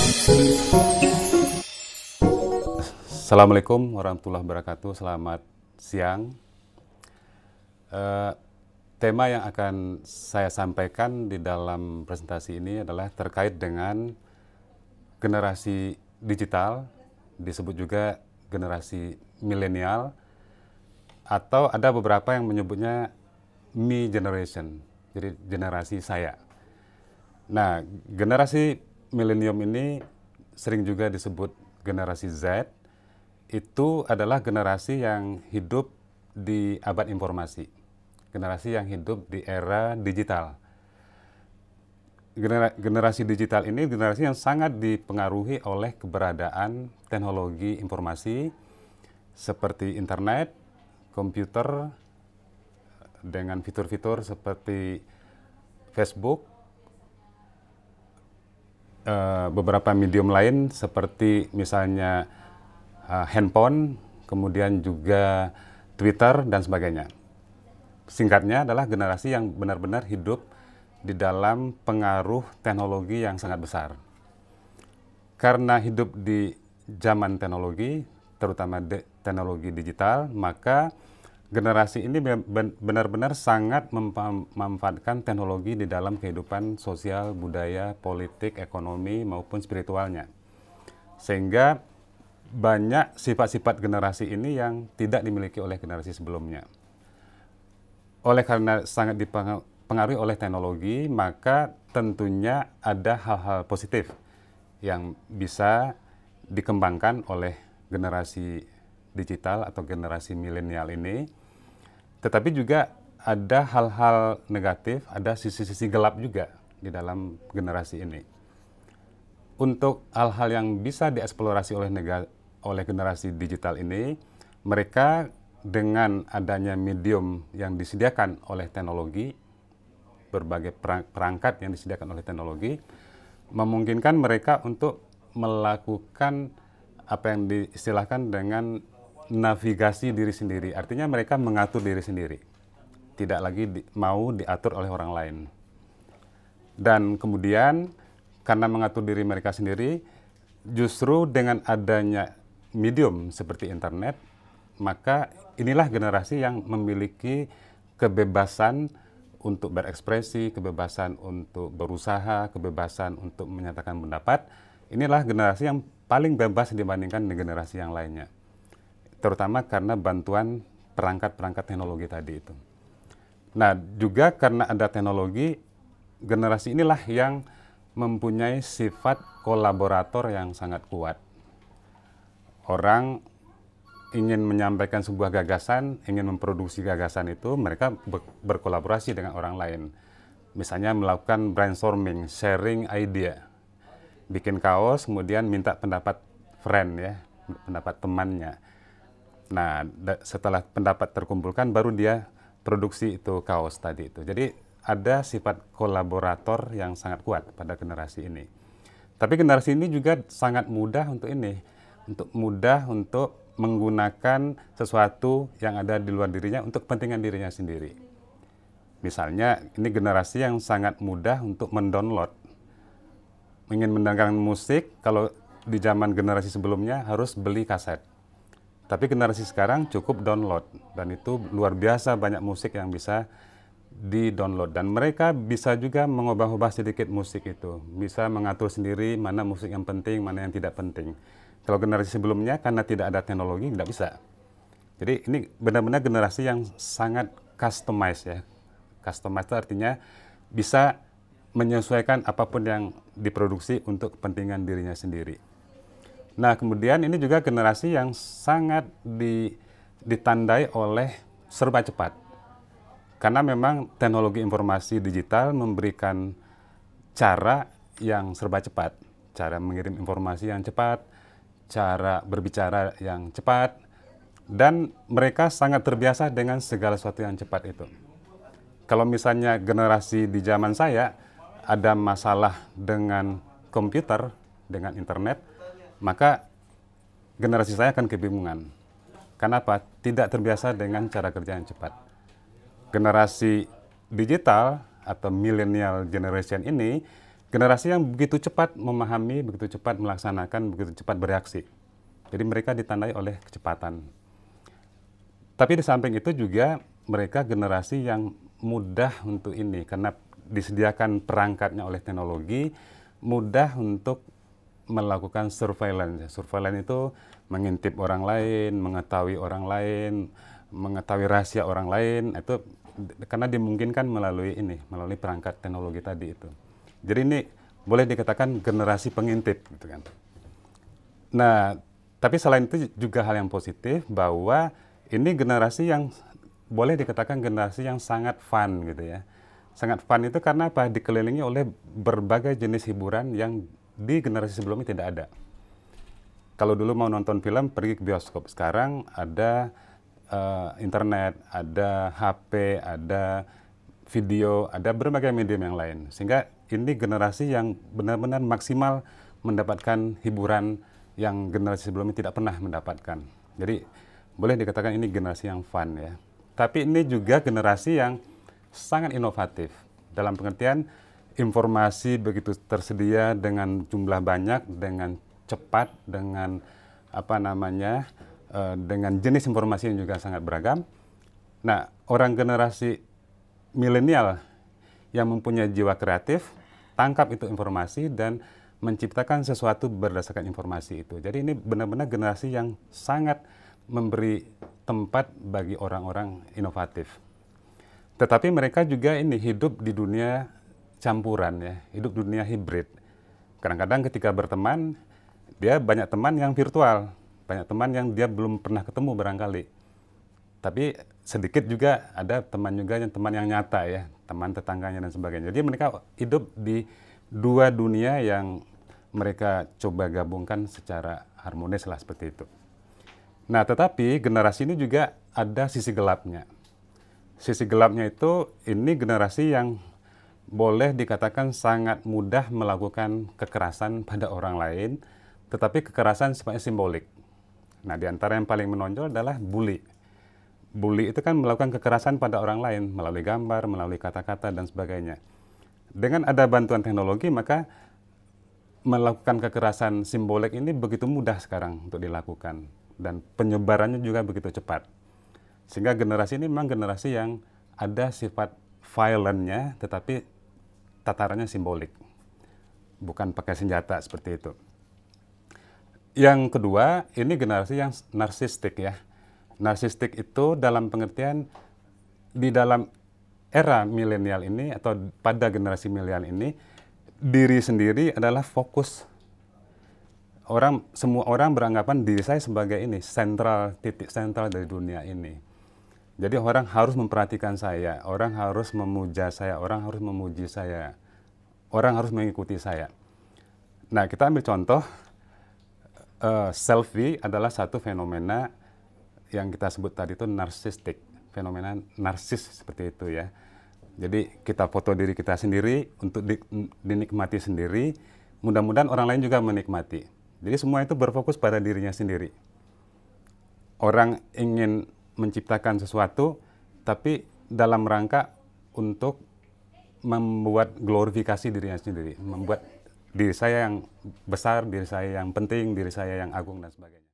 Assalamualaikum warahmatullahi wabarakatuh. Selamat siang. Tema yang akan saya sampaikan di dalam presentasi ini adalah terkait dengan generasi digital, disebut juga generasi milenial, atau ada beberapa yang menyebutnya me generation, jadi generasi saya. Nah, generasi milenium ini sering juga disebut generasi Z. Itu adalah generasi yang hidup di abad informasi, generasi yang hidup di era digital. Generasi digital ini generasi yang sangat dipengaruhi oleh keberadaan teknologi informasi seperti internet, komputer, dengan fitur-fitur seperti Facebook, beberapa medium lain seperti misalnya handphone, kemudian juga Twitter, dan sebagainya. Singkatnya adalah generasi yang benar-benar hidup di dalam pengaruh teknologi yang sangat besar. Karena hidup di zaman teknologi, terutama teknologi digital, maka generasi ini benar-benar sangat memanfaatkan teknologi di dalam kehidupan sosial, budaya, politik, ekonomi, maupun spiritualnya. Sehingga banyak sifat-sifat generasi ini yang tidak dimiliki oleh generasi sebelumnya. Oleh karena sangat dipengaruhi oleh teknologi, maka tentunya ada hal-hal positif yang bisa dikembangkan oleh generasi digital atau generasi milenial ini. Tetapi juga ada hal-hal negatif, ada sisi-sisi gelap juga di dalam generasi ini. Untuk hal-hal yang bisa dieksplorasi oleh generasi digital ini, mereka dengan adanya medium yang disediakan oleh teknologi, berbagai perangkat yang disediakan oleh teknologi, memungkinkan mereka untuk melakukan apa yang diistilahkan dengan navigasi diri sendiri. Artinya mereka mengatur diri sendiri, tidak lagi mau diatur oleh orang lain. Dan kemudian karena mengatur diri mereka sendiri, justru dengan adanya medium seperti internet, maka inilah generasi yang memiliki kebebasan untuk berekspresi, kebebasan untuk berusaha, kebebasan untuk menyatakan pendapat. Inilah generasi yang paling bebas dibandingkan dengan generasi yang lainnya. Terutama karena bantuan perangkat-perangkat teknologi tadi itu. Nah, juga karena ada teknologi, generasi inilah yang mempunyai sifat kolaborator yang sangat kuat. Orang ingin menyampaikan sebuah gagasan, ingin memproduksi gagasan itu, mereka berkolaborasi dengan orang lain. Misalnya melakukan brainstorming, sharing idea, bikin kaos, kemudian minta pendapat friend ya, pendapat temannya. Nah, setelah pendapat terkumpulkan, baru dia produksi itu kaos tadi itu. Jadi ada sifat kolaborator yang sangat kuat pada generasi ini. Tapi generasi ini juga sangat mudah untuk mudah untuk menggunakan sesuatu yang ada di luar dirinya untuk kepentingan dirinya sendiri. Misalnya, ini generasi yang sangat mudah untuk mendownload. Ingin mendengarkan musik, kalau di zaman generasi sebelumnya harus beli kaset. Tapi generasi sekarang cukup download, dan itu luar biasa banyak musik yang bisa di-download. Dan mereka bisa juga mengubah-ubah sedikit musik itu. Bisa mengatur sendiri mana musik yang penting, mana yang tidak penting. Kalau generasi sebelumnya, karena tidak ada teknologi, tidak bisa. Jadi ini benar-benar generasi yang sangat customized ya. Customized itu artinya bisa menyesuaikan apapun yang diproduksi untuk kepentingan dirinya sendiri. Nah, kemudian ini juga generasi yang sangat ditandai oleh serba cepat. Karena memang teknologi informasi digital memberikan cara yang serba cepat. Cara mengirim informasi yang cepat, cara berbicara yang cepat, dan mereka sangat terbiasa dengan segala sesuatu yang cepat itu. Kalau misalnya generasi di zaman saya ada masalah dengan komputer, dengan internet, maka generasi saya akan kebingungan. Kenapa? Tidak terbiasa dengan cara kerja yang cepat. Generasi digital atau millennial generation ini Generasi yang begitu cepat memahami, begitu cepat melaksanakan, begitu cepat bereaksi. Jadi mereka ditandai oleh kecepatan. Tapi di samping itu juga mereka generasi yang mudah untuk ini, karena disediakan perangkatnya oleh teknologi, mudah untuk melakukan surveillance. Surveillance itu mengintip orang lain, mengetahui orang lain, mengetahui rahasia orang lain, itu karena dimungkinkan melalui ini, melalui perangkat teknologi tadi itu. Jadi ini boleh dikatakan generasi pengintip, gitu kan. Nah, tapi selain itu juga hal yang positif bahwa ini generasi yang boleh dikatakan generasi yang sangat fun, gitu ya. Sangat fun itu karena apa? Dikelilingi oleh berbagai jenis hiburan yang di generasi sebelumnya tidak ada. Kalau dulu mau nonton film, pergi ke bioskop. Sekarang ada internet, ada HP, ada video, ada berbagai medium yang lain. Sehingga ini generasi yang benar-benar maksimal mendapatkan hiburan yang generasi sebelumnya tidak pernah mendapatkan. Jadi boleh dikatakan ini generasi yang fun ya. Tapi ini juga generasi yang sangat inovatif. Dalam pengertian informasi begitu tersedia dengan jumlah banyak, dengan cepat, dengan dengan jenis informasi yang juga sangat beragam. Nah, orang generasi milenial yang mempunyai jiwa kreatif, tangkap itu informasi dan menciptakan sesuatu berdasarkan informasi itu. Jadi ini benar-benar generasi yang sangat memberi tempat bagi orang-orang inovatif. Tetapi mereka juga ini hidup di dunia campuran ya, hidup dunia hibrid. Kadang-kadang ketika berteman, dia banyak teman yang virtual, banyak teman yang dia belum pernah ketemu barangkali. Tapi sedikit juga ada teman juga yang teman yang nyata ya, teman tetangganya dan sebagainya. Jadi mereka hidup di dua dunia yang mereka coba gabungkan secara harmonis lah seperti itu. Nah, tetapi generasi ini juga ada sisi gelapnya. Sisi gelapnya itu ini generasi yang boleh dikatakan sangat mudah melakukan kekerasan pada orang lain, tetapi kekerasan sifatnya simbolik. Nah, di antara yang paling menonjol adalah bully. Bully itu kan melakukan kekerasan pada orang lain melalui gambar, melalui kata-kata dan sebagainya. Dengan ada bantuan teknologi, maka melakukan kekerasan simbolik ini begitu mudah sekarang untuk dilakukan. Dan penyebarannya juga begitu cepat. Sehingga generasi ini memang generasi yang ada sifat violent-nya, tetapi tatarannya simbolik. Bukan pakai senjata seperti itu. Yang kedua, ini generasi yang narsistik ya. Narsistik itu dalam pengertian di dalam era milenial ini atau pada generasi milenial ini, diri sendiri adalah fokus. Semua orang beranggapan diri saya sebagai ini, titik sentral dari dunia ini. Jadi orang harus memperhatikan saya, orang harus memuja saya, orang harus memuji saya, orang harus mengikuti saya. Nah, kita ambil contoh, selfie adalah satu fenomena yang kita sebut tadi itu narsistik, fenomena narsis seperti itu ya. Jadi kita foto diri kita sendiri untuk dinikmati sendiri, mudah-mudahan orang lain juga menikmati. Jadi semua itu berfokus pada dirinya sendiri. Orang ingin menciptakan sesuatu, tapi dalam rangka untuk membuat glorifikasi dirinya sendiri, membuat diri saya yang besar, diri saya yang penting, diri saya yang agung dan sebagainya.